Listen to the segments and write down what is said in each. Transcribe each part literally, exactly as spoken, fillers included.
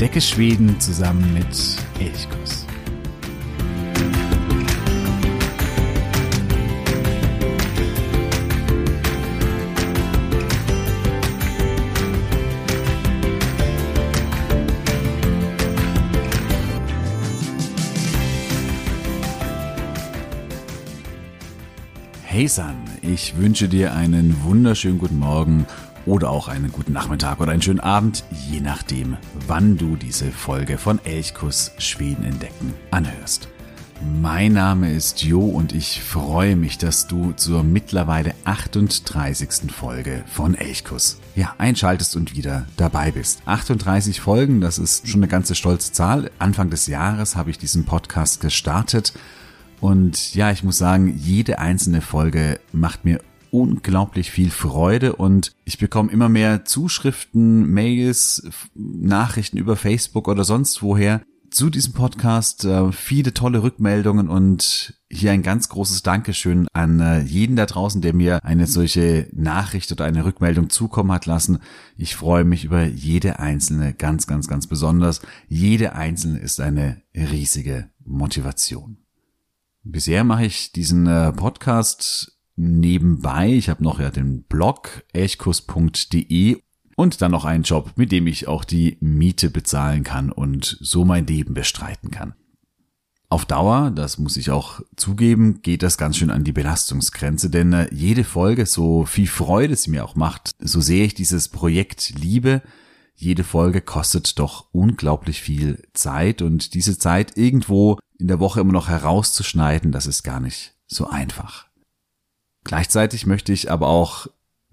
Entdecke Schweden zusammen mit Elchkuss. Hey San, ich wünsche dir einen wunderschönen guten Morgen oder auch einen guten Nachmittag oder einen schönen Abend, je nachdem, wann du diese Folge von Elchkuss Schweden entdecken anhörst. Mein Name ist Jo und ich freue mich, dass du zur mittlerweile achtunddreißigsten Folge von Elchkuss ja, einschaltest und wieder dabei bist. achtunddreißig Folgen, das ist schon eine ganze stolze Zahl. Anfang des Jahres habe ich diesen Podcast gestartet. Und ja, ich muss sagen, jede einzelne Folge macht mir unglaublich viel Freude und ich bekomme immer mehr Zuschriften, Mails, Nachrichten über Facebook oder sonst woher zu diesem Podcast, viele tolle Rückmeldungen und hier ein ganz großes Dankeschön an jeden da draußen, der mir eine solche Nachricht oder eine Rückmeldung zukommen hat lassen. Ich freue mich über jede einzelne ganz, ganz, ganz besonders. Jede einzelne ist eine riesige Motivation. Bisher mache ich diesen äh, Podcast nebenbei. Ich habe noch ja den Blog elchkuss punkt de und dann noch einen Job, mit dem ich auch die Miete bezahlen kann und so mein Leben bestreiten kann. Auf Dauer, das muss ich auch zugeben, geht das ganz schön an die Belastungsgrenze, denn äh, jede Folge, so viel Freude sie mir auch macht, so sehr ich dieses Projekt liebe, jede Folge kostet doch unglaublich viel Zeit und diese Zeit irgendwo in der Woche immer noch herauszuschneiden, das ist gar nicht so einfach. Gleichzeitig möchte ich aber auch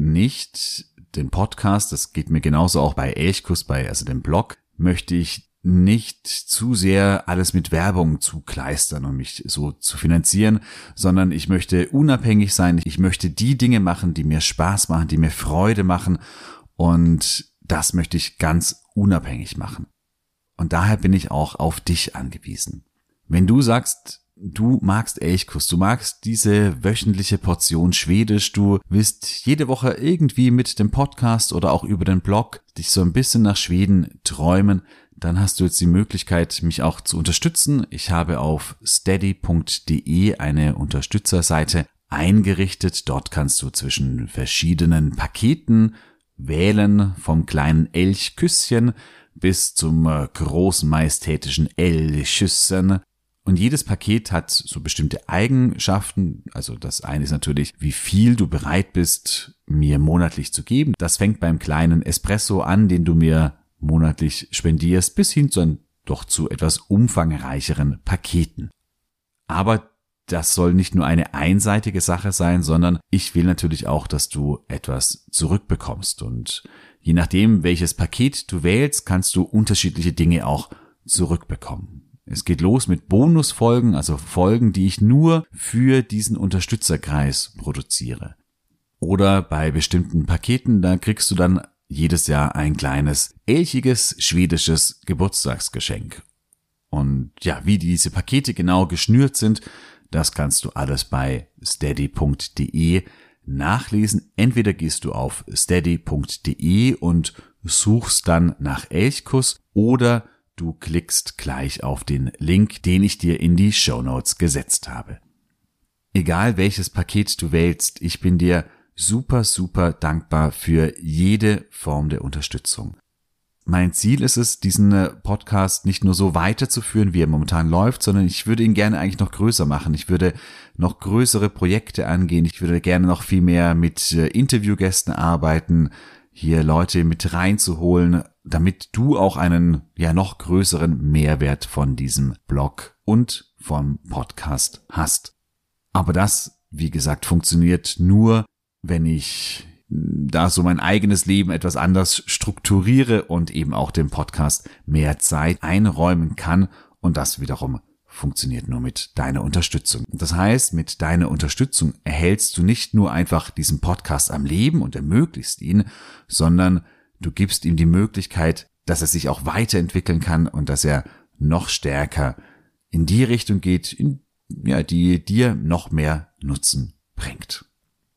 nicht den Podcast, das geht mir genauso auch bei Elchkuss, bei also dem Blog, möchte ich nicht zu sehr alles mit Werbung zukleistern und mich so zu finanzieren, sondern ich möchte unabhängig sein, ich möchte die Dinge machen, die mir Spaß machen, die mir Freude machen und das möchte ich ganz unabhängig machen. Und daher bin ich auch auf dich angewiesen. Wenn du sagst, du magst Elchkuss, du magst diese wöchentliche Portion Schwedisch, du willst jede Woche irgendwie mit dem Podcast oder auch über den Blog dich so ein bisschen nach Schweden träumen, dann hast du jetzt die Möglichkeit, mich auch zu unterstützen. Ich habe auf steady punkt de eine Unterstützerseite eingerichtet. Dort kannst du zwischen verschiedenen Paketen wählen, vom kleinen Elchküsschen bis zum äh, großen majestätischen Elchschüssen. Und jedes Paket hat so bestimmte Eigenschaften. Also das eine ist natürlich, wie viel du bereit bist, mir monatlich zu geben. Das fängt beim kleinen Espresso an, den du mir monatlich spendierst, bis hin zu ein, doch zu etwas umfangreicheren Paketen. Aber das soll nicht nur eine einseitige Sache sein, sondern ich will natürlich auch, dass du etwas zurückbekommst. Und je nachdem, welches Paket du wählst, kannst du unterschiedliche Dinge auch zurückbekommen. Es geht los mit Bonusfolgen, also Folgen, die ich nur für diesen Unterstützerkreis produziere. Oder bei bestimmten Paketen, da kriegst du dann jedes Jahr ein kleines, elchiges, schwedisches Geburtstagsgeschenk. Und ja, wie diese Pakete genau geschnürt sind, das kannst du alles bei steady punkt de nachlesen. Entweder gehst du auf steady punkt de und suchst dann nach Elchkuss oder du klickst gleich auf den Link, den ich dir in die Shownotes gesetzt habe. Egal welches Paket du wählst, ich bin dir super, super dankbar für jede Form der Unterstützung. Mein Ziel ist es, diesen Podcast nicht nur so weiterzuführen, wie er momentan läuft, sondern ich würde ihn gerne eigentlich noch größer machen. Ich würde noch größere Projekte angehen. Ich würde gerne noch viel mehr mit Interviewgästen arbeiten, hier Leute mit reinzuholen, damit du auch einen ja noch größeren Mehrwert von diesem Blog und vom Podcast hast. Aber das, wie gesagt, funktioniert nur, wenn ich da so mein eigenes Leben etwas anders strukturiere und eben auch dem Podcast mehr Zeit einräumen kann. Und das wiederum funktioniert nur mit deiner Unterstützung. Das heißt, mit deiner Unterstützung erhältst du nicht nur einfach diesen Podcast am Leben und ermöglichst ihn, sondern du gibst ihm die Möglichkeit, dass er sich auch weiterentwickeln kann und dass er noch stärker in die Richtung geht, in, ja, die dir noch mehr Nutzen bringt.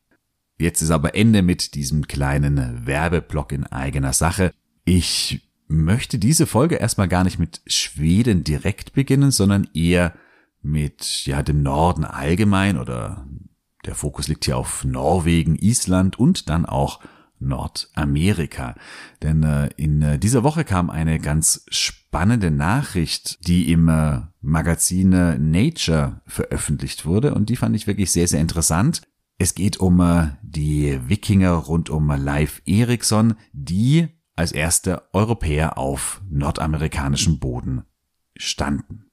Jetzt ist aber Ende mit diesem kleinen Werbeblock in eigener Sache. Ich möchte diese Folge erstmal gar nicht mit Schweden direkt beginnen, sondern eher mit ja dem Norden allgemein, oder der Fokus liegt hier auf Norwegen, Island und dann auch Nordamerika. Denn äh, in äh, dieser Woche kam eine ganz spannende Nachricht, die im äh, Magazin äh, Nature veröffentlicht wurde, und die fand ich wirklich sehr, sehr interessant. Es geht um äh, die Wikinger rund um Leif Erikson, die als erste Europäer auf nordamerikanischem Boden standen.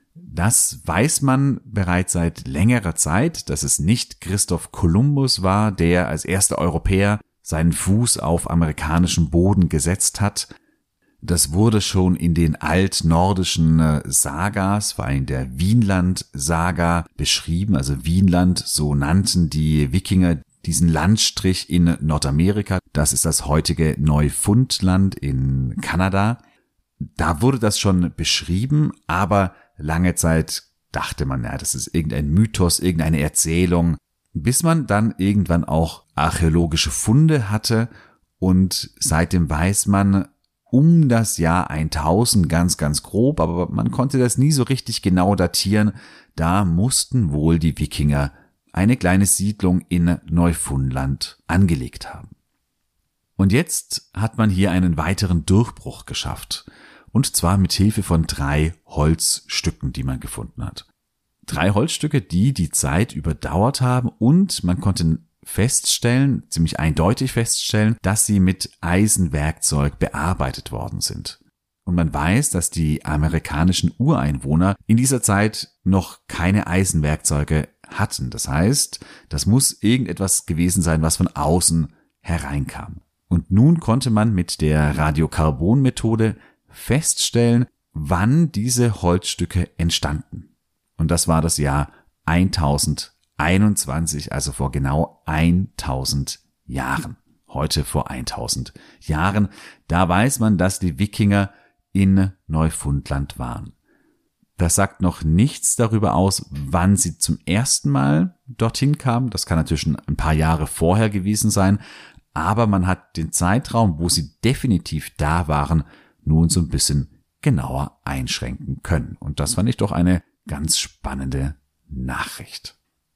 Das weiß man bereits seit längerer Zeit, dass es nicht Christoph Kolumbus war, der als erster Europäer seinen Fuß auf amerikanischem Boden gesetzt hat. Das wurde schon in den altnordischen Sagas, vor allem der Vinland-Saga, beschrieben. Also Vinland, so nannten die Wikinger diesen Landstrich in Nordamerika. Das ist das heutige Neufundland in Kanada. Da wurde das schon beschrieben, aber lange Zeit dachte man, ja, das ist irgendein Mythos, irgendeine Erzählung, bis man dann irgendwann auch archäologische Funde hatte, und seitdem weiß man um das Jahr tausend ganz, ganz grob, aber man konnte das nie so richtig genau datieren. Da mussten wohl die Wikinger eine kleine Siedlung in Neufundland angelegt haben. Und jetzt hat man hier einen weiteren Durchbruch geschafft. Und zwar mit Hilfe von drei Holzstücken, die man gefunden hat. Drei Holzstücke, die die Zeit überdauert haben, und man konnte feststellen, ziemlich eindeutig feststellen, dass sie mit Eisenwerkzeug bearbeitet worden sind. Und man weiß, dass die amerikanischen Ureinwohner in dieser Zeit noch keine Eisenwerkzeuge hatten. Das heißt, das muss irgendetwas gewesen sein, was von außen hereinkam. Und nun konnte man mit der Radiokarbon-Methode feststellen, wann diese Holzstücke entstanden. Und das war das Jahr tausendeinundzwanzig, also vor genau tausend Jahren. Heute vor tausend Jahren. Da weiß man, dass die Wikinger in Neufundland waren. Das sagt noch nichts darüber aus, wann sie zum ersten Mal dorthin kamen. Das kann natürlich schon ein paar Jahre vorher gewesen sein. Aber man hat den Zeitraum, wo sie definitiv da waren, nun so ein bisschen genauer einschränken können. Und das fand ich doch eine ganz spannende Nachricht.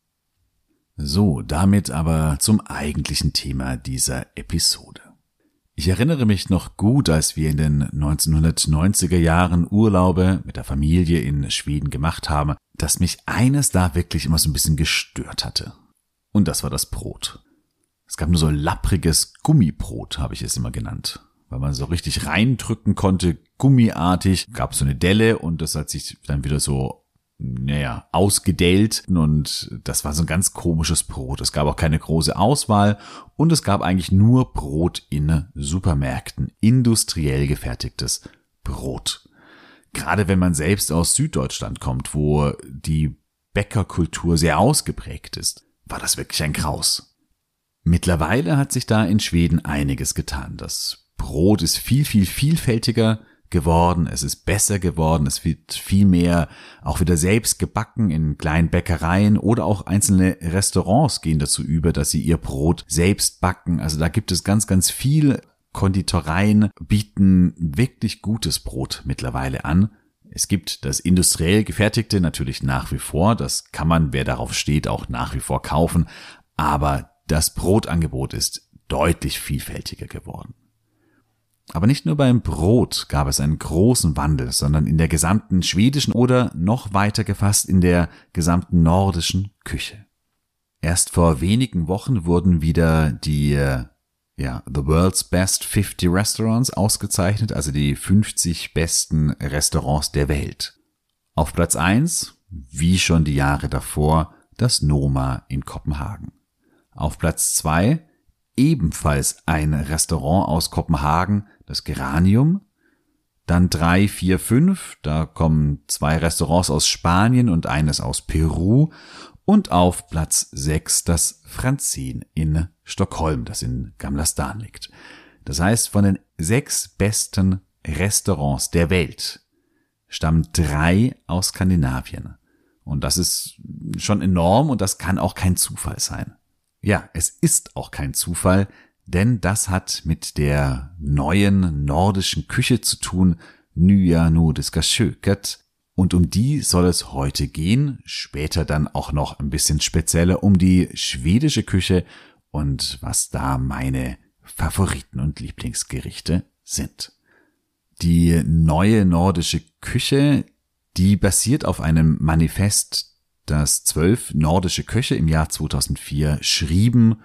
So, damit aber zum eigentlichen Thema dieser Episode. Ich erinnere mich noch gut, als wir in den neunzehnhundertneunziger Jahren Urlaube mit der Familie in Schweden gemacht haben, dass mich eines da wirklich immer so ein bisschen gestört hatte. Und das war das Brot. Es gab nur so lappriges Gummibrot, habe ich es immer genannt. Weil man so richtig reindrücken konnte, gummiartig, gab so eine Delle, und das hat sich dann wieder so, naja, ausgedellt, und das war so ein ganz komisches Brot. Es gab auch keine große Auswahl, und es gab eigentlich nur Brot in Supermärkten, industriell gefertigtes Brot. Gerade wenn man selbst aus Süddeutschland kommt, wo die Bäckerkultur sehr ausgeprägt ist, war das wirklich ein Graus. Mittlerweile hat sich da in Schweden einiges getan. Das Brot ist viel, viel vielfältiger geworden, es ist besser geworden, es wird viel mehr auch wieder selbst gebacken in kleinen Bäckereien, oder auch einzelne Restaurants gehen dazu über, dass sie ihr Brot selbst backen. Also da gibt es ganz, ganz viel. Konditoreien bieten wirklich gutes Brot mittlerweile an. Es gibt das industriell gefertigte natürlich nach wie vor, das kann man, wer darauf steht, auch nach wie vor kaufen, aber das Brotangebot ist deutlich vielfältiger geworden. Aber nicht nur beim Brot gab es einen großen Wandel, sondern in der gesamten schwedischen oder noch weiter gefasst in der gesamten nordischen Küche. Erst vor wenigen Wochen wurden wieder die ja, The World's Best fifty Restaurants ausgezeichnet, also die fünfzig besten Restaurants der Welt. Auf Platz eins, wie schon die Jahre davor, das Noma in Kopenhagen. Auf Platz zwei ebenfalls ein Restaurant aus Kopenhagen, das Geranium. Dann drei, vier, fünf, da kommen zwei Restaurants aus Spanien und eines aus Peru. Und auf Platz sechs das Franzén in Stockholm, das in Gamla stan liegt. Das heißt, von den sechs besten Restaurants der Welt stammen drei aus Skandinavien. Und das ist schon enorm, und das kann auch kein Zufall sein. Ja, es ist auch kein Zufall, denn das hat mit der neuen nordischen Küche zu tun, Nya Nordiska köket. Und um die soll es heute gehen, später dann auch noch ein bisschen spezieller um die schwedische Küche und was da meine Favoriten und Lieblingsgerichte sind. Die neue nordische Küche, die basiert auf einem Manifest, das zwölf nordische Köche im Jahr zweitausendvier schrieben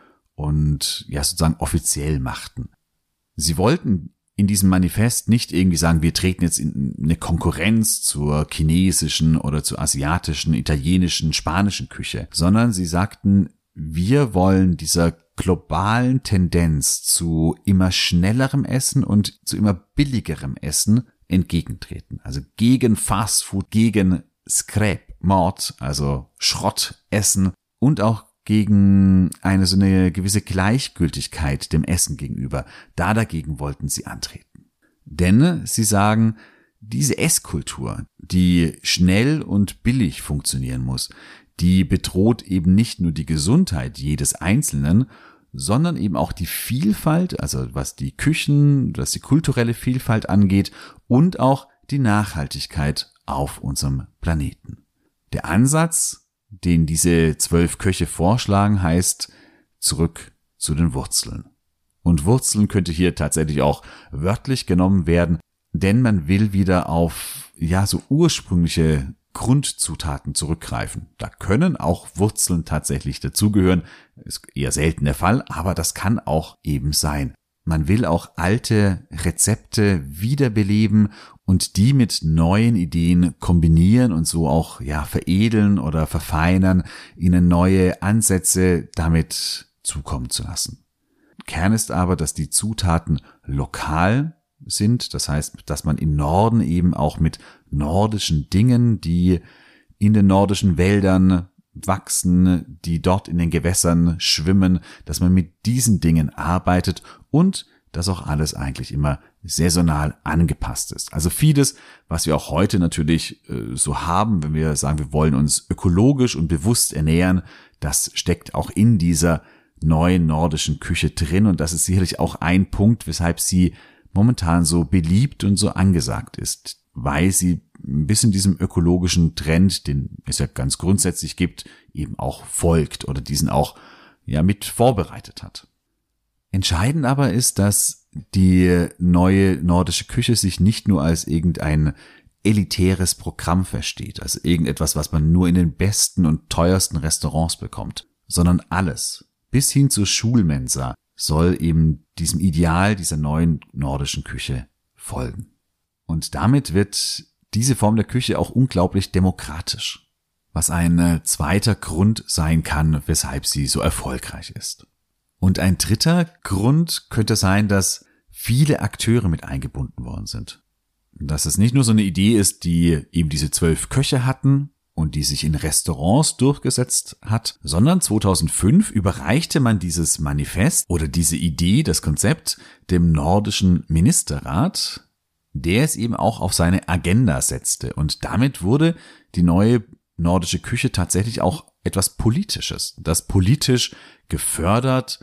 und ja sozusagen offiziell machten. Sie wollten in diesem Manifest nicht irgendwie sagen, wir treten jetzt in eine Konkurrenz zur chinesischen oder zur asiatischen, italienischen, spanischen Küche, sondern sie sagten, wir wollen dieser globalen Tendenz zu immer schnellerem Essen und zu immer billigerem Essen entgegentreten. Also gegen Fastfood, gegen Skräpmat, also Schrottessen und auch gegen eine so eine gewisse Gleichgültigkeit dem Essen gegenüber. Da dagegen wollten sie antreten. Denn sie sagen, diese Esskultur, die schnell und billig funktionieren muss, die bedroht eben nicht nur die Gesundheit jedes Einzelnen, sondern eben auch die Vielfalt, also was die Küchen, was die kulturelle Vielfalt angeht und auch die Nachhaltigkeit auf unserem Planeten. Der Ansatz, den diese zwölf Köche vorschlagen, heißt zurück zu den Wurzeln. Und Wurzeln könnte hier tatsächlich auch wörtlich genommen werden, denn man will wieder auf ja so ursprüngliche Grundzutaten zurückgreifen. Da können auch Wurzeln tatsächlich dazugehören, ist eher selten der Fall, aber das kann auch eben sein. Man will auch alte Rezepte wiederbeleben und die mit neuen Ideen kombinieren und so auch ja veredeln oder verfeinern, ihnen neue Ansätze damit zukommen zu lassen. Kern ist aber, dass die Zutaten lokal sind, das heißt, dass man im Norden eben auch mit nordischen Dingen, die in den nordischen Wäldern wachsen, die dort in den Gewässern schwimmen, dass man mit diesen Dingen arbeitet und dass auch alles eigentlich immer saisonal angepasst ist. Also vieles, was wir auch heute natürlich äh, so haben, wenn wir sagen, wir wollen uns ökologisch und bewusst ernähren, das steckt auch in dieser neuen nordischen Küche drin und das ist sicherlich auch ein Punkt, weshalb sie momentan so beliebt und so angesagt ist, weil sie ein bisschen diesem ökologischen Trend, den es ja ganz grundsätzlich gibt, eben auch folgt oder diesen auch ja mit vorbereitet hat. Entscheidend aber ist, dass die neue nordische Küche sich nicht nur als irgendein elitäres Programm versteht, also irgendetwas, was man nur in den besten und teuersten Restaurants bekommt, sondern alles, bis hin zur Schulmensa, soll eben diesem Ideal dieser neuen nordischen Küche folgen. Und damit wird diese Form der Küche auch unglaublich demokratisch, was ein zweiter Grund sein kann, weshalb sie so erfolgreich ist. Und ein dritter Grund könnte sein, dass viele Akteure mit eingebunden worden sind. Dass es nicht nur so eine Idee ist, die eben diese zwölf Köche hatten und die sich in Restaurants durchgesetzt hat, sondern zweitausendfünf überreichte man dieses Manifest oder diese Idee, das Konzept, dem nordischen Ministerrat, der es eben auch auf seine Agenda setzte. Und damit wurde die neue nordische Küche tatsächlich auch etwas Politisches, das politisch gefördert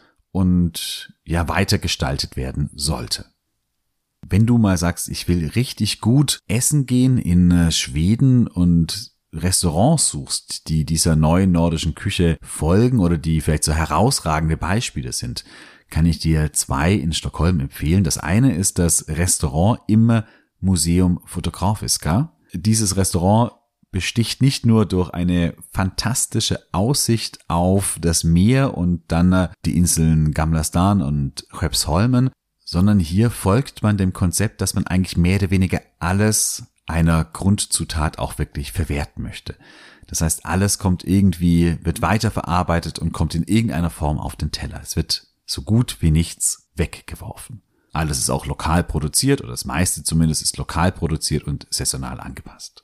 und ja weitergestaltet werden sollte. Wenn du mal sagst, ich will richtig gut essen gehen in Schweden und Restaurants suchst, die dieser neuen nordischen Küche folgen oder die vielleicht so herausragende Beispiele sind, kann ich dir zwei in Stockholm empfehlen. Das eine ist das Restaurant im Museum Fotografiska. Dieses Restaurant besticht nicht nur durch eine fantastische Aussicht auf das Meer und dann die Inseln Gamlastan und Skeppsholmen, sondern hier folgt man dem Konzept, dass man eigentlich mehr oder weniger alles einer Grundzutat auch wirklich verwerten möchte. Das heißt, alles kommt irgendwie, wird weiterverarbeitet und kommt in irgendeiner Form auf den Teller. Es wird so gut wie nichts weggeworfen. Alles ist auch lokal produziert oder das meiste zumindest ist lokal produziert und saisonal angepasst.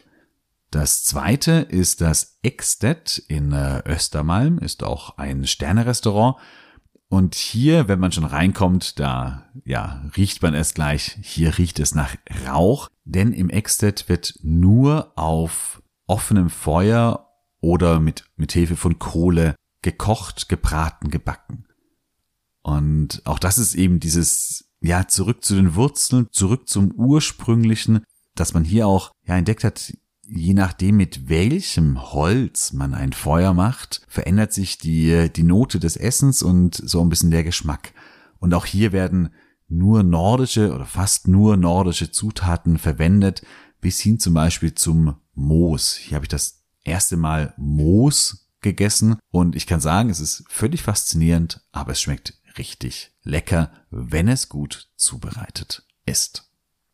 Das zweite ist das Ekstedt in Östermalm, ist auch ein Sterne-Restaurant. Und hier, wenn man schon reinkommt, da ja riecht man es gleich, hier riecht es nach Rauch, denn im Ekstedt wird nur auf offenem Feuer oder mit, mit Hilfe von Kohle gekocht, gebraten, gebacken. Und auch das ist eben dieses, ja, zurück zu den Wurzeln, zurück zum Ursprünglichen, dass man hier auch, ja, entdeckt hat, je nachdem, mit welchem Holz man ein Feuer macht, verändert sich die, die Note des Essens und so ein bisschen der Geschmack. Und auch hier werden nur nordische oder fast nur nordische Zutaten verwendet, bis hin zum Beispiel zum Moos. Hier habe ich das erste Mal Moos gegessen und ich kann sagen, es ist völlig faszinierend, aber es schmeckt richtig lecker, wenn es gut zubereitet ist.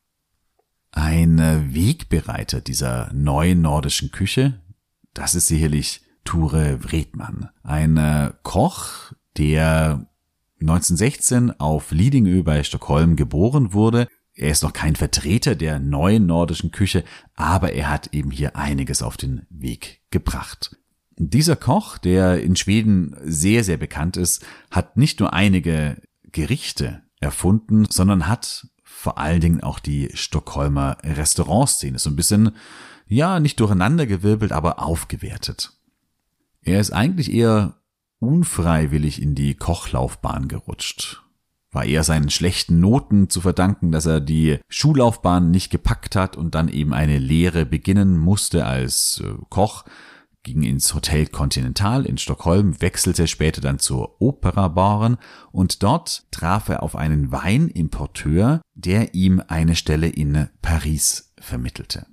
Ein Wegbereiter dieser neuen nordischen Küche, das ist sicherlich Ture Wretmann. Ein Koch, der neunzehnhundertsechzehn auf Lidingö bei Stockholm geboren wurde. Er ist noch kein Vertreter der neuen nordischen Küche, aber er hat eben hier einiges auf den Weg gebracht. Dieser Koch, der in Schweden sehr, sehr bekannt ist, hat nicht nur einige Gerichte erfunden, sondern hat vor allen Dingen auch die Stockholmer Restaurantszene so ein bisschen, ja, nicht durcheinandergewirbelt, aber aufgewertet. Er ist eigentlich eher unfreiwillig in die Kochlaufbahn gerutscht. War eher seinen schlechten Noten zu verdanken, dass er die Schullaufbahn nicht gepackt hat und dann eben eine Lehre beginnen musste als Koch, ging ins Hotel Continental in Stockholm, wechselte später dann zur Opera Baren und dort traf er auf einen Weinimporteur, der ihm eine Stelle in Paris vermittelte.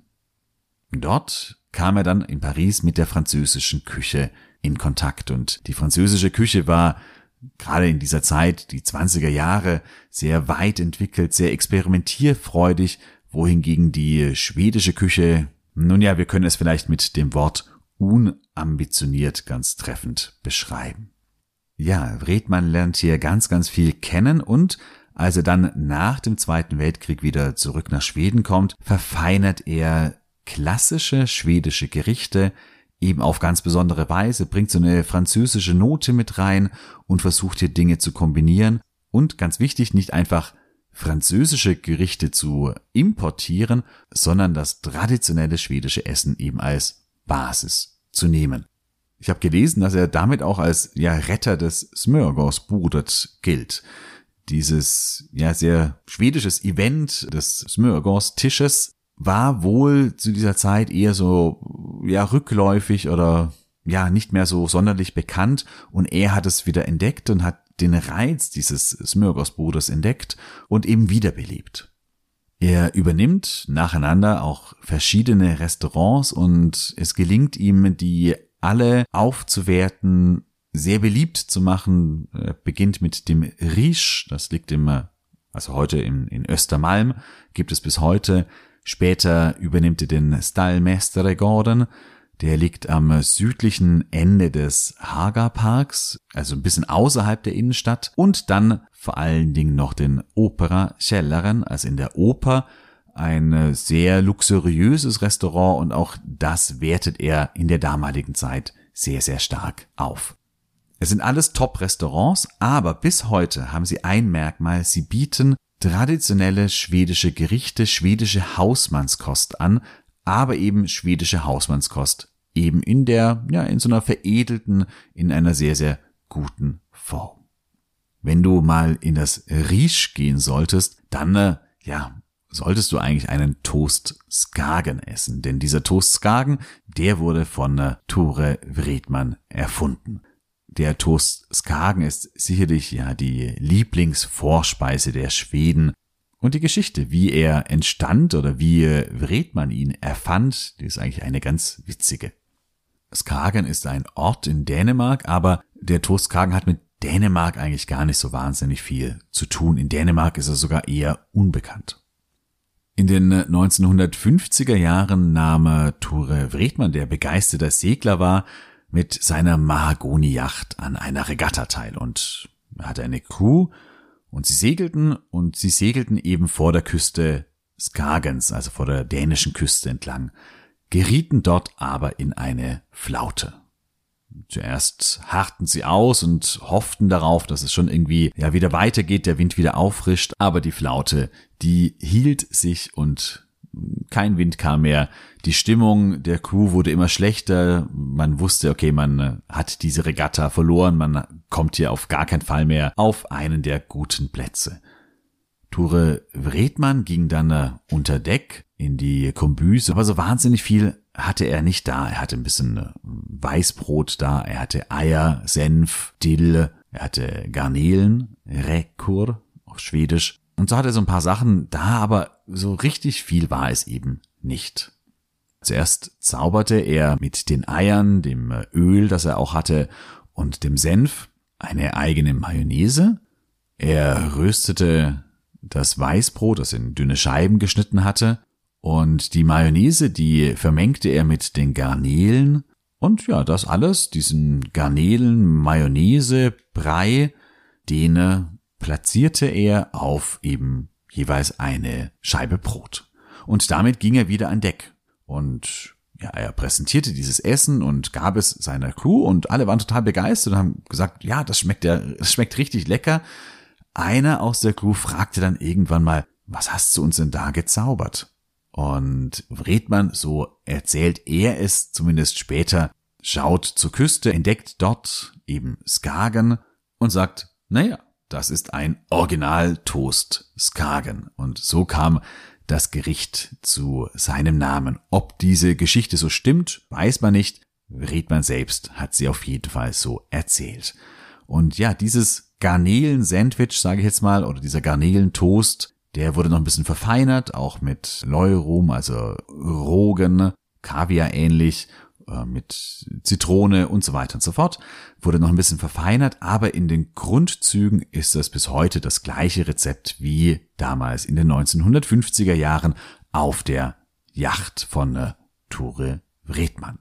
Dort kam er dann in Paris mit der französischen Küche in Kontakt und die französische Küche war gerade in dieser Zeit, die zwanziger Jahre, sehr weit entwickelt, sehr experimentierfreudig, wohingegen die schwedische Küche, nun ja, wir können es vielleicht mit dem Wort unambitioniert ganz treffend beschreiben. Ja, Wretmann lernt hier ganz, ganz viel kennen und als er dann nach dem Zweiten Weltkrieg wieder zurück nach Schweden kommt, verfeinert er klassische schwedische Gerichte eben auf ganz besondere Weise, bringt so eine französische Note mit rein und versucht hier Dinge zu kombinieren und ganz wichtig, nicht einfach französische Gerichte zu importieren, sondern das traditionelle schwedische Essen eben als Basis zu nehmen. Ich habe gelesen, dass er damit auch als ja Retter des Smörgåsbordet gilt. Dieses ja sehr schwedisches Event des Smörgås-Tisches war wohl zu dieser Zeit eher so ja rückläufig oder ja nicht mehr so sonderlich bekannt und er hat es wieder entdeckt und hat den Reiz dieses Smörgåsbordes entdeckt und eben wiederbelebt. Er übernimmt nacheinander auch verschiedene Restaurants und es gelingt ihm, die alle aufzuwerten, sehr beliebt zu machen. Er beginnt mit dem Riche, das liegt im, also heute in, in Östermalm, gibt es bis heute. Später übernimmt er den Stallmästaregården, der liegt am südlichen Ende des Hagaparks, also ein bisschen außerhalb der Innenstadt. Und dann vor allen Dingen noch den Opera-Källaren, also in der Oper, ein sehr luxuriöses Restaurant und auch das wertet er in der damaligen Zeit sehr, sehr stark auf. Es sind alles Top-Restaurants, aber bis heute haben sie ein Merkmal, sie bieten traditionelle schwedische Gerichte, schwedische Hausmannskost an, aber eben schwedische Hausmannskost, eben in der, ja, in so einer veredelten, in einer sehr, sehr guten Form. Wenn du mal in das Riche gehen solltest, dann, äh, ja, solltest du eigentlich einen Toast Skagen essen, denn dieser Toast Skagen, der wurde von äh, Ture Wretmann erfunden. Der Toast Skagen ist sicherlich ja die Lieblingsvorspeise der Schweden. Und die Geschichte, wie er entstand oder wie Wretmann ihn erfand, die ist eigentlich eine ganz witzige. Skagen ist ein Ort in Dänemark, aber der Toast Skagen hat mit Dänemark eigentlich gar nicht so wahnsinnig viel zu tun. In Dänemark ist er sogar eher unbekannt. In den neunzehnhundertfünfziger Jahren nahm Ture Wretmann, der begeisterter Segler war, mit seiner Mahagoni-Yacht an einer Regatta teil und er hatte eine Crew und sie segelten und sie segelten eben vor der Küste Skagens, also vor der dänischen Küste entlang, gerieten dort aber in eine Flaute. Zuerst harrten sie aus und hofften darauf, dass es schon irgendwie ja wieder weitergeht, der Wind wieder auffrischt, aber die Flaute, die hielt sich und kein Wind kam mehr. Die Stimmung der Crew wurde immer schlechter. Man wusste, okay, man hat diese Regatta verloren. Man kommt hier auf gar keinen Fall mehr auf einen der guten Plätze. Ture Wretman ging dann unter Deck in die Kombüse, aber so wahnsinnig viel hatte er nicht da. Er hatte ein bisschen Weißbrot da, er hatte Eier, Senf, Dill, er hatte Garnelen, Räkor auf Schwedisch. Und so hatte er so ein paar Sachen da, aber so richtig viel war es eben nicht. Zuerst zauberte er mit den Eiern, dem Öl, das er auch hatte, und dem Senf eine eigene Mayonnaise. Er röstete das Weißbrot, das in dünne Scheiben geschnitten hatte, und die Mayonnaise, die vermengte er mit den Garnelen. Und ja, das alles, diesen Garnelen-Mayonnaise-Brei, den platzierte er auf eben jeweils eine Scheibe Brot. Und damit ging er wieder an Deck. Und ja, er präsentierte dieses Essen und gab es seiner Crew und alle waren total begeistert und haben gesagt, ja, das schmeckt ja, das schmeckt richtig lecker. Einer aus der Crew fragte dann irgendwann mal, was hast du uns denn da gezaubert? Und Wretman, so erzählt er es zumindest später, schaut zur Küste, entdeckt dort eben Skagen und sagt, naja, das ist ein Original-Toast Skagen. Und so kam das Gericht zu seinem Namen. Ob diese Geschichte so stimmt, weiß man nicht. Wretman selbst hat sie auf jeden Fall so erzählt. Und ja, dieses Garnelen-Sandwich, sage ich jetzt mal, oder dieser Garnelen-Toast, der wurde noch ein bisschen verfeinert, auch mit Leurum, also Rogen, Kaviar ähnlich, mit Zitrone und so weiter und so fort, wurde noch ein bisschen verfeinert, aber in den Grundzügen ist das bis heute das gleiche Rezept wie damals in den neunzehnhundertfünfziger Jahren auf der Yacht von äh, Ture Wretman.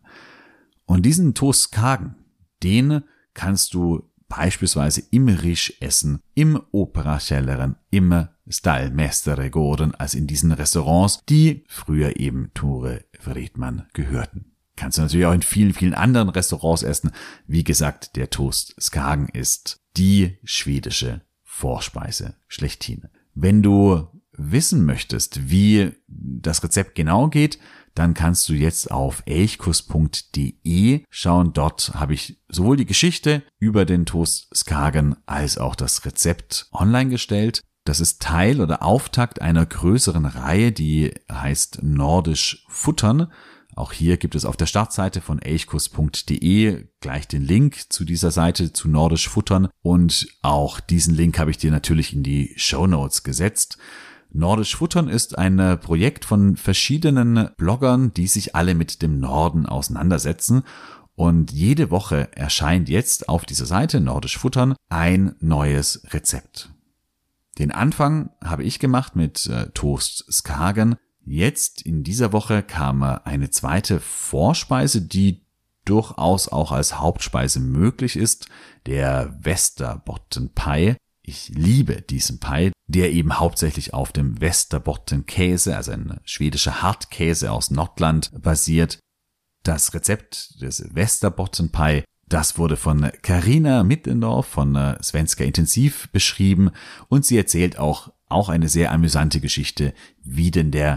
Und diesen Toast Skagen, den kannst du beispielsweise im Risch essen, im Operakjelleren, im Stallmästerregården, also in diesen Restaurants, die früher eben Ture Wretman gehörten. Kannst du natürlich auch in vielen, vielen anderen Restaurants essen. Wie gesagt, der Toast Skagen ist die schwedische Vorspeise schlechthin. Wenn du wissen möchtest, wie das Rezept genau geht, dann kannst du jetzt auf elchkuss punkt de schauen. Dort habe ich sowohl die Geschichte über den Toast Skagen als auch das Rezept online gestellt. Das ist Teil oder Auftakt einer größeren Reihe, die heißt Nordisch Futtern. Auch hier gibt es auf der Startseite von elchkuss punkt de gleich den Link zu dieser Seite zu Nordisch Futtern und auch diesen Link habe ich dir natürlich in die Shownotes gesetzt. Nordisch Futtern ist ein Projekt von verschiedenen Bloggern, die sich alle mit dem Norden auseinandersetzen und jede Woche erscheint jetzt auf dieser Seite Nordisch Futtern ein neues Rezept. Den Anfang habe ich gemacht mit äh, Toast Skagen. Jetzt in dieser Woche kam eine zweite Vorspeise, die durchaus auch als Hauptspeise möglich ist, der Västerbottenpaj. Ich liebe diesen Pie, der eben hauptsächlich auf dem Västerbottenkäse, also ein schwedischer Hartkäse aus Nordland, basiert. Das Rezept des Västerbottenpaj, das wurde von Carina Mittendorf von Svenska Intensiv beschrieben und sie erzählt auch, auch eine sehr amüsante Geschichte, wie denn der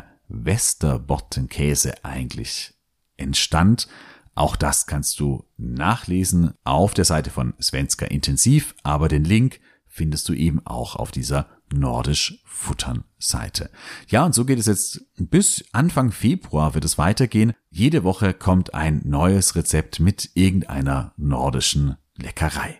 Västerbottenkäse eigentlich entstand. Auch das kannst du nachlesen auf der Seite von Svenska Intensiv, aber den Link findest du eben auch auf dieser Nordisch Futtern Seite. Ja, und so geht es jetzt bis Anfang Februar wird es weitergehen. Jede Woche kommt ein neues Rezept mit irgendeiner nordischen Leckerei.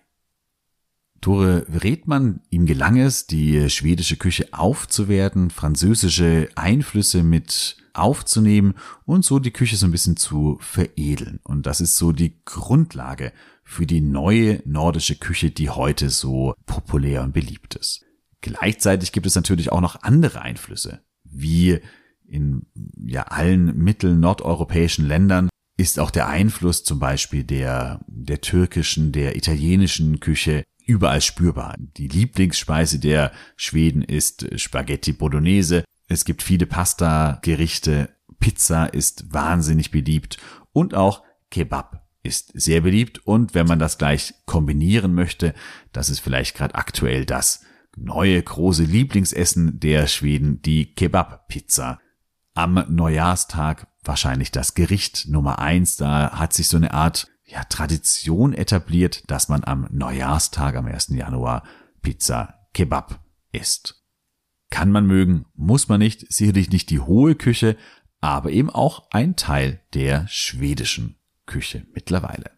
Ture Wretman, ihm gelang es, die schwedische Küche aufzuwerten, französische Einflüsse mit aufzunehmen und so die Küche so ein bisschen zu veredeln. Und das ist so die Grundlage für die neue nordische Küche, die heute so populär und beliebt ist. Gleichzeitig gibt es natürlich auch noch andere Einflüsse. Wie in ja allen mittel-nordeuropäischen Ländern ist auch der Einfluss zum Beispiel der, der türkischen, der italienischen Küche überall spürbar. Die Lieblingsspeise der Schweden ist Spaghetti Bolognese. Es gibt viele Pasta-Gerichte. Pizza ist wahnsinnig beliebt und auch Kebab ist sehr beliebt. Und wenn man das gleich kombinieren möchte, das ist vielleicht gerade aktuell das neue große Lieblingsessen der Schweden, die Kebab-Pizza. am Neujahrstag wahrscheinlich das Gericht Nummer eins. Da hat sich so eine Art ja, Tradition etabliert, dass man am Neujahrstag, am ersten Januar, Pizza Kebab isst. Kann man mögen, muss man nicht, sicherlich nicht die hohe Küche, aber eben auch ein Teil der schwedischen Küche mittlerweile.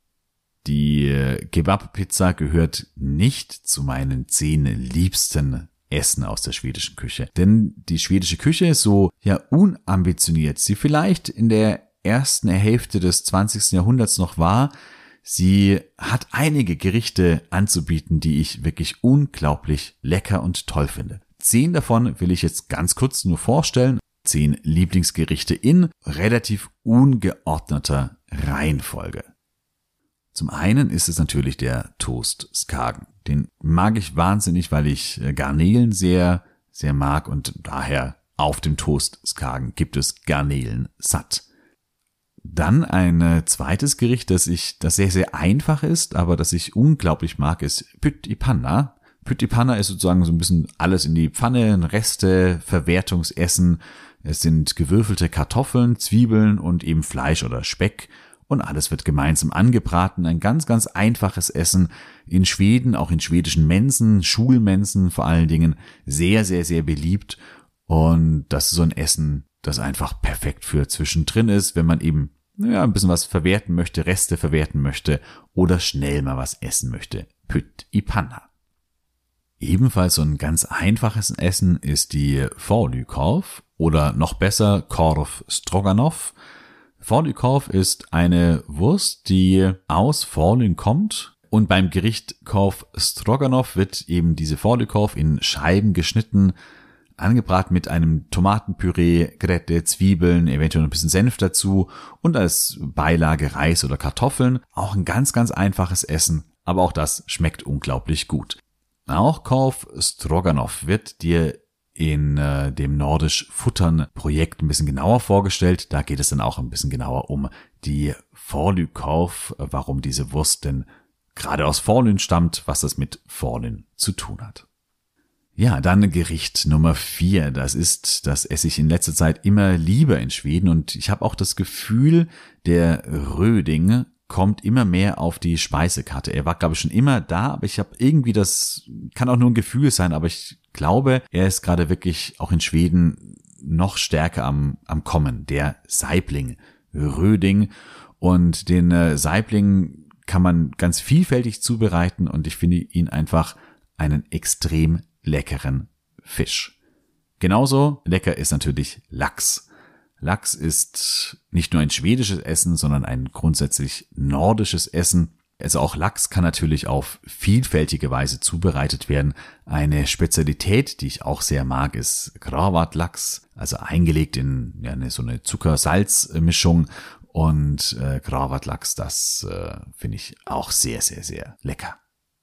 Die Kebab-Pizza gehört nicht zu meinen zehn liebsten Essen aus der schwedischen Küche. Denn die schwedische Küche, so ja unambitioniert sie vielleicht in der ersten Hälfte des zwanzigsten Jahrhunderts noch war, sie hat einige Gerichte anzubieten, die ich wirklich unglaublich lecker und toll finde. Zehn davon will ich jetzt ganz kurz nur vorstellen. Zehn Lieblingsgerichte in relativ ungeordneter Reihenfolge. Zum einen ist es natürlich der Toast Skagen. Den mag ich wahnsinnig, weil ich Garnelen sehr, sehr mag und daher auf dem Toast Skagen gibt es Garnelen satt. Dann ein zweites Gericht, das ich, das sehr, sehr einfach ist, aber das ich unglaublich mag, ist Pytt i Panna. Pytt i Panna ist sozusagen so ein bisschen alles in die Pfanne, Reste, Verwertungsessen. Es sind gewürfelte Kartoffeln, Zwiebeln und eben Fleisch oder Speck. Und alles wird gemeinsam angebraten. Ein ganz, ganz einfaches Essen. In Schweden, auch in schwedischen Mensen, Schulmensen vor allen Dingen, sehr, sehr, sehr beliebt. Und das ist so ein Essen, das einfach perfekt für zwischendrin ist, wenn man eben ja, ein bisschen was verwerten möchte, Reste verwerten möchte oder schnell mal was essen möchte. Pytt i Panna. Ebenfalls so ein ganz einfaches Essen ist die Falukorv oder noch besser Korv Stroganoff. Falukorv ist eine Wurst, die aus Falun kommt und beim Gericht Korv Stroganoff wird eben diese Falukorv in Scheiben geschnitten, angebraten mit einem Tomatenpüree, Gräte, Zwiebeln, eventuell ein bisschen Senf dazu und als Beilage Reis oder Kartoffeln. Auch ein ganz, ganz einfaches Essen, aber auch das schmeckt unglaublich gut. Auch Korv Stroganoff wird dir in äh, dem Nordisch Futtern Projekt ein bisschen genauer vorgestellt. Da geht es dann auch ein bisschen genauer um die Falukorv, warum diese Wurst denn gerade aus Falun stammt, was das mit Falun zu tun hat. Ja, dann Gericht Nummer vier. Das ist, das esse ich in letzter Zeit immer lieber in Schweden und ich habe auch das Gefühl, der Röding kommt immer mehr auf die Speisekarte. Er war, glaube ich, schon immer da, aber ich habe irgendwie das, kann auch nur ein Gefühl sein, aber ich glaube, er ist gerade wirklich auch in Schweden noch stärker am, am Kommen. Der Saibling, Röding. Und den äh, Saibling kann man ganz vielfältig zubereiten und ich finde ihn einfach einen extrem leckeren Fisch. Genauso lecker ist natürlich Lachs. Lachs ist nicht nur ein schwedisches Essen, sondern ein grundsätzlich nordisches Essen. Also auch Lachs kann natürlich auf vielfältige Weise zubereitet werden. Eine Spezialität, die ich auch sehr mag, ist Gravatlachs, also eingelegt in ja, eine, so eine Zucker-Salz-Mischung. Und äh, Gravatlachs, das äh, finde ich auch sehr, sehr, sehr lecker.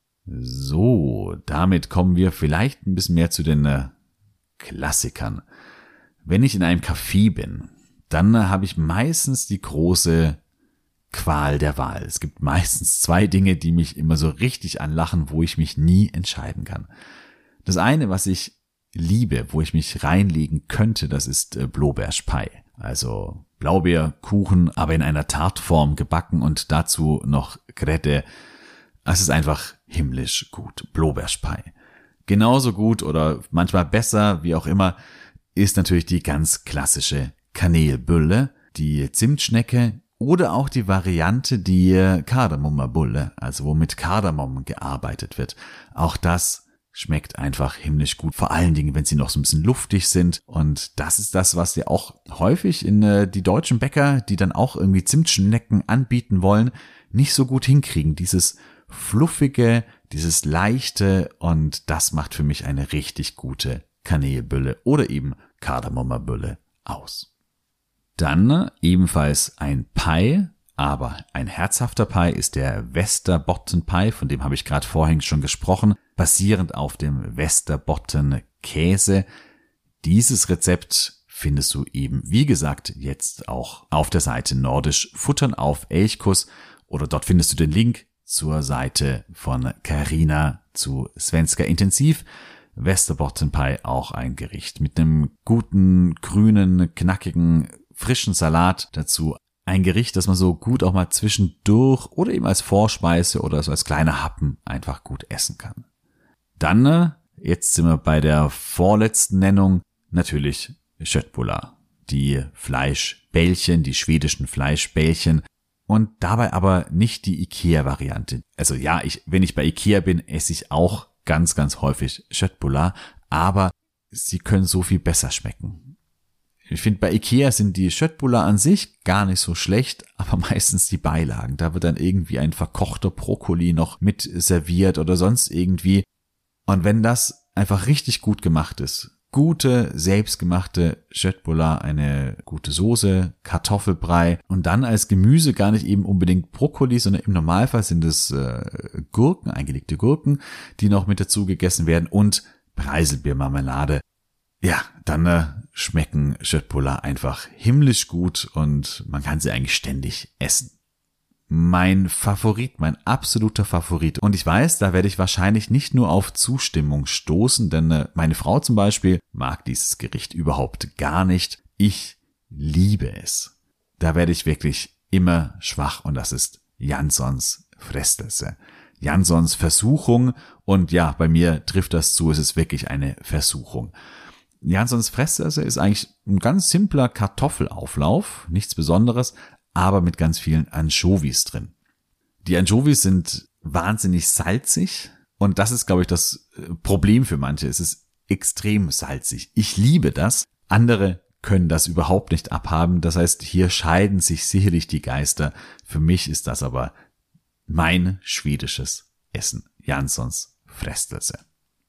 So, damit kommen wir vielleicht ein bisschen mehr zu den äh, Klassikern. Wenn ich in einem Café bin, dann äh, habe ich meistens die große Qual der Wahl. Es gibt meistens zwei Dinge, die mich immer so richtig anlachen, wo ich mich nie entscheiden kann. Das eine, was ich liebe, wo ich mich reinlegen könnte, das ist äh, Blåbärspie. Also Blaubeerkuchen, aber in einer Tartform gebacken und dazu noch Gräte. Es ist einfach himmlisch gut. Blåbärspie. Genauso gut oder manchmal besser, wie auch immer, ist natürlich die ganz klassische Kanelbulle, die Zimtschnecke oder auch die Variante, die Kardamombulle, also wo mit Kardamom gearbeitet wird. Auch das schmeckt einfach himmlisch gut, vor allen Dingen, wenn sie noch so ein bisschen luftig sind. Und das ist das, was wir auch häufig in äh, die deutschen Bäcker, die dann auch irgendwie Zimtschnecken anbieten wollen, nicht so gut hinkriegen. Dieses fluffige, dieses leichte und das macht für mich eine richtig gute Kanelbulle oder eben Kardamombulle aus. Dann ebenfalls ein Pie, aber ein herzhafter Pie ist der Västerbotten Pie, von dem habe ich gerade vorhin schon gesprochen, basierend auf dem Västerbotten Käse. Dieses Rezept findest du eben, wie gesagt, jetzt auch auf der Seite Nordisch Futtern auf Elchkuss oder dort findest du den Link zur Seite von Carina zu Svenska Intensiv. Västerbottenpie auch ein Gericht mit einem guten, grünen, knackigen, frischen Salat dazu. Ein Gericht, das man so gut auch mal zwischendurch oder eben als Vorspeise oder so als kleiner Happen einfach gut essen kann. Dann, jetzt sind wir bei der vorletzten Nennung, natürlich Köttbullar. Die Fleischbällchen, die schwedischen Fleischbällchen und dabei aber nicht die Ikea-Variante. Also ja, ich, wenn ich bei Ikea bin, esse ich auch ganz, ganz häufig Köttbullar, aber sie können so viel besser schmecken. Ich finde, bei Ikea sind die Köttbullar an sich gar nicht so schlecht, aber meistens die Beilagen. Da wird dann irgendwie ein verkochter Brokkoli noch mit serviert oder sonst irgendwie. Und wenn das einfach richtig gut gemacht ist, gute, selbstgemachte Köttbullar, eine gute Soße, Kartoffelbrei und dann als Gemüse gar nicht eben unbedingt Brokkoli, sondern im Normalfall sind es äh, Gurken, eingelegte Gurken, die noch mit dazu gegessen werden und Preiselbeermarmelade. Ja, dann äh, schmecken Köttbullar einfach himmlisch gut und man kann sie eigentlich ständig essen. Mein Favorit, mein absoluter Favorit. Und ich weiß, da werde ich wahrscheinlich nicht nur auf Zustimmung stoßen, denn meine Frau zum Beispiel mag dieses Gericht überhaupt gar nicht. Ich liebe es. Da werde ich wirklich immer schwach und das ist Janssons Frestelse. Janssons Versuchung und ja, bei mir trifft das zu, es ist wirklich eine Versuchung. Janssons Frestelse ist eigentlich ein ganz simpler Kartoffelauflauf, nichts Besonderes, aber mit ganz vielen Anchovies drin. Die Anchovies sind wahnsinnig salzig und das ist, glaube ich, das Problem für manche. Es ist extrem salzig. Ich liebe das. Andere können das überhaupt nicht abhaben. Das heißt, hier scheiden sich sicherlich die Geister. Für mich ist das aber mein schwedisches Essen. Janssons Frestelse.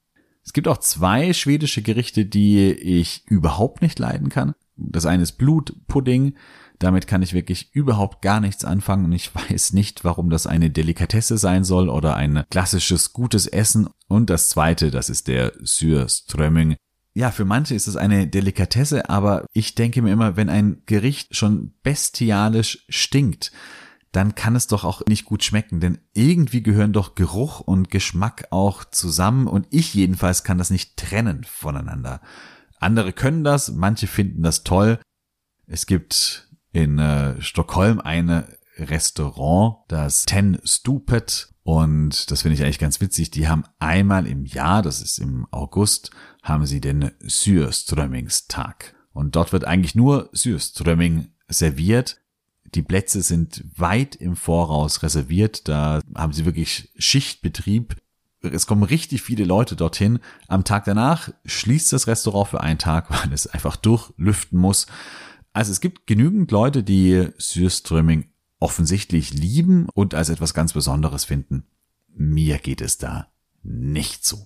Es gibt auch zwei schwedische Gerichte, die ich überhaupt nicht leiden kann. Das eine ist Blutpudding. Damit kann ich wirklich überhaupt gar nichts anfangen und ich weiß nicht, warum das eine Delikatesse sein soll oder ein klassisches gutes Essen. Und das zweite, das ist der Surströmming. Ja, für manche ist es eine Delikatesse, aber ich denke mir immer, wenn ein Gericht schon bestialisch stinkt, dann kann es doch auch nicht gut schmecken, denn irgendwie gehören doch Geruch und Geschmack auch zusammen und ich jedenfalls kann das nicht trennen voneinander. Andere können das, manche finden das toll. Es gibt in äh, Stockholm ein Restaurant, das Ten Stupet, und das finde ich eigentlich ganz witzig. Die haben einmal im Jahr, das ist im August, haben sie den Surströmmingstag. Und dort wird eigentlich nur Surströmming serviert. Die Plätze sind weit im Voraus reserviert. Da haben sie wirklich Schichtbetrieb. Es kommen richtig viele Leute dorthin. Am Tag danach schließt das Restaurant für einen Tag, weil es einfach durchlüften muss. Also es gibt genügend Leute, die Surströmming offensichtlich lieben und als etwas ganz Besonderes finden. Mir geht es da nicht so.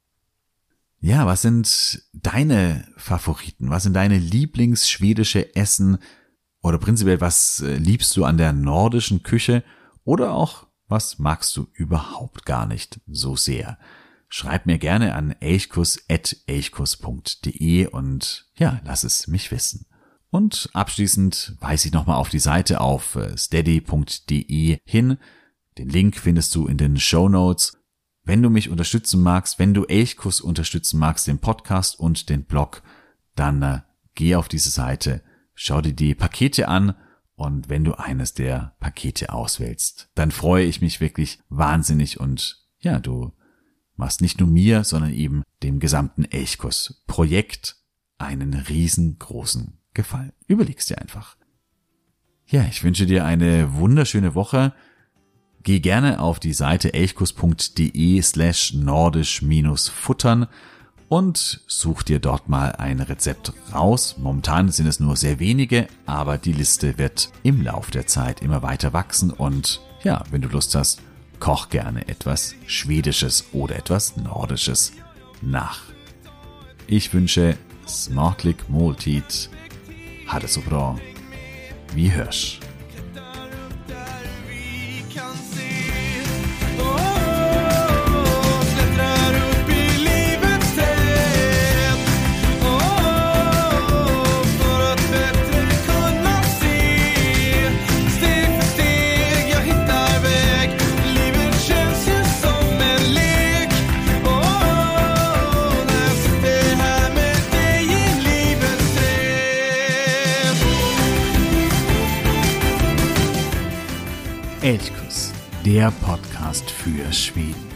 Ja, was sind deine Favoriten? Was sind deine Lieblingsschwedische Essen? Oder prinzipiell, was liebst du an der nordischen Küche? Oder auch, was magst du überhaupt gar nicht so sehr? Schreib mir gerne an elchkuss at elchkuss punkt de und ja, lass es mich wissen. Und abschließend weise ich nochmal auf die Seite auf steady punkt de hin. Den Link findest du in den Shownotes. Wenn du mich unterstützen magst, wenn du Elchkuss unterstützen magst, den Podcast und den Blog, dann äh, geh auf diese Seite, schau dir die Pakete an und wenn du eines der Pakete auswählst, dann freue ich mich wirklich wahnsinnig und ja, du machst nicht nur mir, sondern eben dem gesamten Elchkuss-Projekt einen riesengroßen Gefallen. Überleg's dir einfach. Ja, ich wünsche dir eine wunderschöne Woche. Geh gerne auf die Seite elchkuss punkt de slash nordisch minus futtern und such dir dort mal ein Rezept raus. Momentan sind es nur sehr wenige, aber die Liste wird im Lauf der Zeit immer weiter wachsen und ja, wenn du Lust hast, koch gerne etwas Schwedisches oder etwas Nordisches nach. Ich wünsche smaklig måltid. Ha det så bra. Vi hörs. Elchkuss, der Podcast für Schweden.